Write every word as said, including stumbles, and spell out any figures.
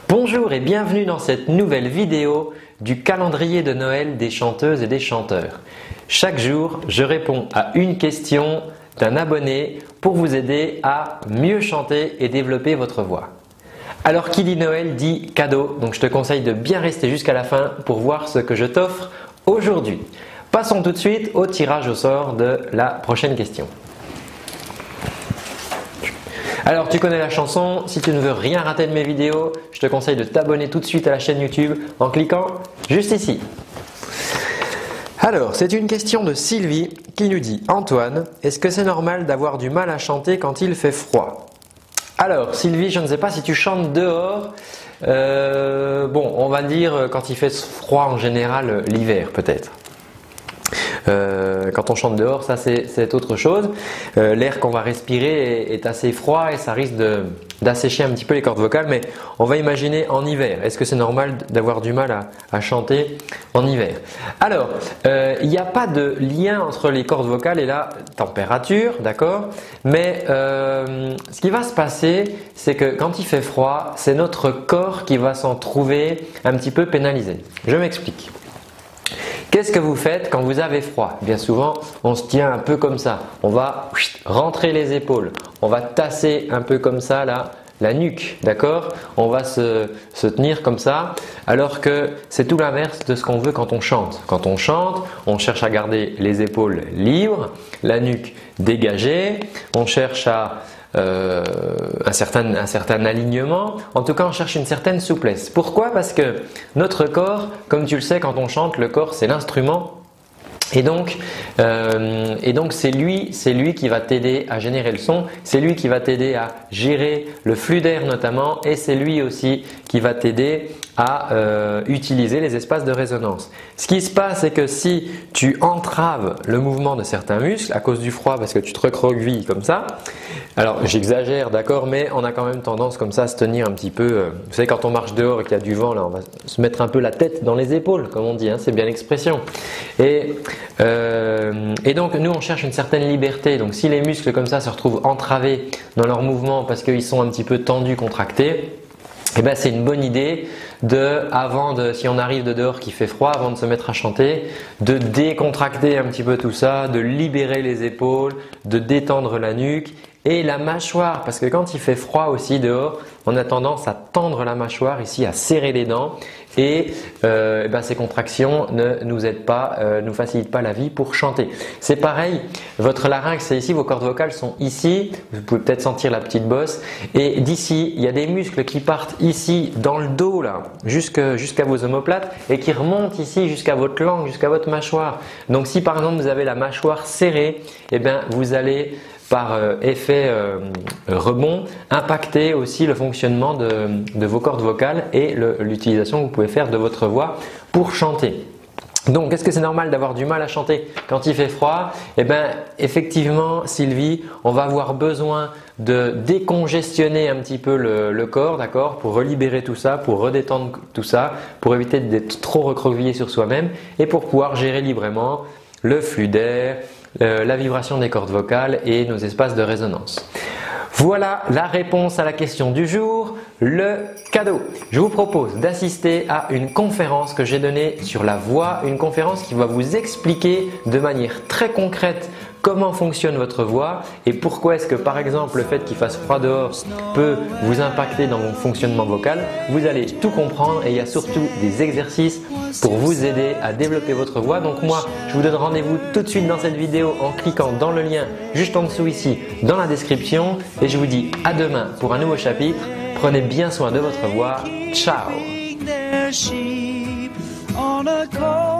Bonjour et bienvenue dans cette nouvelle vidéo du calendrier de Noël des chanteuses et des chanteurs. Chaque jour, je réponds à une question d'un abonné pour vous aider à mieux chanter et développer votre voix. Alors qui dit Noël dit cadeau, donc je te conseille de bien rester jusqu'à la fin pour voir ce que je t'offre aujourd'hui. Passons tout de suite au tirage au sort de la prochaine question. Alors tu connais la chanson, si tu ne veux rien rater de mes vidéos, je te conseille de t'abonner tout de suite à la chaîne YouTube en cliquant juste ici. Alors c'est une question de Sylvie qui nous dit « Antoine, est-ce que c'est normal d'avoir du mal à chanter quand il fait froid ?» Alors Sylvie, je ne sais pas si tu chantes dehors, euh, bon on va dire quand il fait froid en général l'hiver peut-être. Euh, quand on chante dehors, ça c'est autre chose. Euh, L'air qu'on va respirer est, est assez froid et ça risque d'assécher un petit peu les cordes vocales. Mais on va imaginer en hiver. Est-ce que c'est normal d'avoir du mal à, à chanter en hiver? Alors, euh, il n'y a pas de lien entre les cordes vocales et la température, d'accord? Mais euh, ce qui va se passer, c'est que quand il fait froid, c'est notre corps qui va s'en trouver un petit peu pénalisé. Je m'explique. Qu'est-ce que vous faites quand vous avez froid? Bien souvent, on se tient un peu comme ça. On va rentrer les épaules. On va tasser un peu comme ça là, la nuque, d'accord? On va se, se tenir comme ça, alors que c'est tout l'inverse de ce qu'on veut quand on chante. Quand on chante, on cherche à garder les épaules libres, la nuque dégagée. On cherche à Euh, un, certain, un certain alignement. En tout cas, on cherche une certaine souplesse. Pourquoi? Parce que notre corps, comme tu le sais, quand on chante, le corps c'est l'instrument. Et donc, euh, et donc c'est lui, c'est lui qui va t'aider à générer le son, c'est lui qui va t'aider à gérer le flux d'air notamment, et c'est lui aussi qui va t'aider à euh, utiliser les espaces de résonance. Ce qui se passe, c'est que si tu entraves le mouvement de certains muscles à cause du froid, parce que tu te recroquevilles comme ça, alors j'exagère, d'accord, mais on a quand même tendance comme ça à se tenir un petit peu. Euh, vous savez, quand on marche dehors et qu'il y a du vent, là, on va se mettre un peu la tête dans les épaules, comme on dit, hein, c'est bien l'expression. Et Euh, et donc nous on cherche une certaine liberté, donc si les muscles comme ça se retrouvent entravés dans leur mouvement parce qu'ils sont un petit peu tendus, contractés, eh ben c'est une bonne idée de, avant de, si on arrive de dehors qui fait froid, avant de se mettre à chanter, de décontracter un petit peu tout ça, de libérer les épaules, de détendre la nuque et la mâchoire, parce que quand il fait froid aussi dehors, on a tendance à tendre la mâchoire ici, à serrer les dents et, euh, et ben ces contractions ne nous aident pas, euh, nous facilitent pas la vie pour chanter. C'est pareil, votre larynx c'est ici, vos cordes vocales sont ici, vous pouvez peut-être sentir la petite bosse et d'ici il y a des muscles qui partent ici dans le dos là, jusqu'à jusqu'à vos omoplates et qui remontent ici jusqu'à votre langue, jusqu'à votre mâchoire. Donc si par exemple vous avez la mâchoire serrée, eh bien vous allez par euh, effet euh, rebond, impacter aussi le fonctionnement de, de vos cordes vocales et l'utilisation que vous pouvez faire de votre voix pour chanter. Donc, est-ce que c'est normal d'avoir du mal à chanter quand il fait froid? Eh bien, effectivement, Sylvie, on va avoir besoin de décongestionner un petit peu le, le corps, d'accord, pour relibérer tout ça, pour redétendre tout ça, pour éviter d'être trop recroquevillé sur soi-même et pour pouvoir gérer librement le flux d'air, Euh, la vibration des cordes vocales et nos espaces de résonance. Voilà la réponse à la question du jour, le cadeau. Je vous propose d'assister à une conférence que j'ai donnée sur la voix, une conférence qui va vous expliquer de manière très concrète comment fonctionne votre voix et pourquoi est-ce que par exemple le fait qu'il fasse froid dehors peut vous impacter dans mon fonctionnement vocal. Vous allez tout comprendre et il y a surtout des exercices pour vous aider à développer votre voix. Donc moi, je vous donne rendez-vous tout de suite dans cette vidéo en cliquant dans le lien juste en dessous ici dans la description et je vous dis à demain pour un nouveau chapitre. Prenez bien soin de votre voix. Ciao!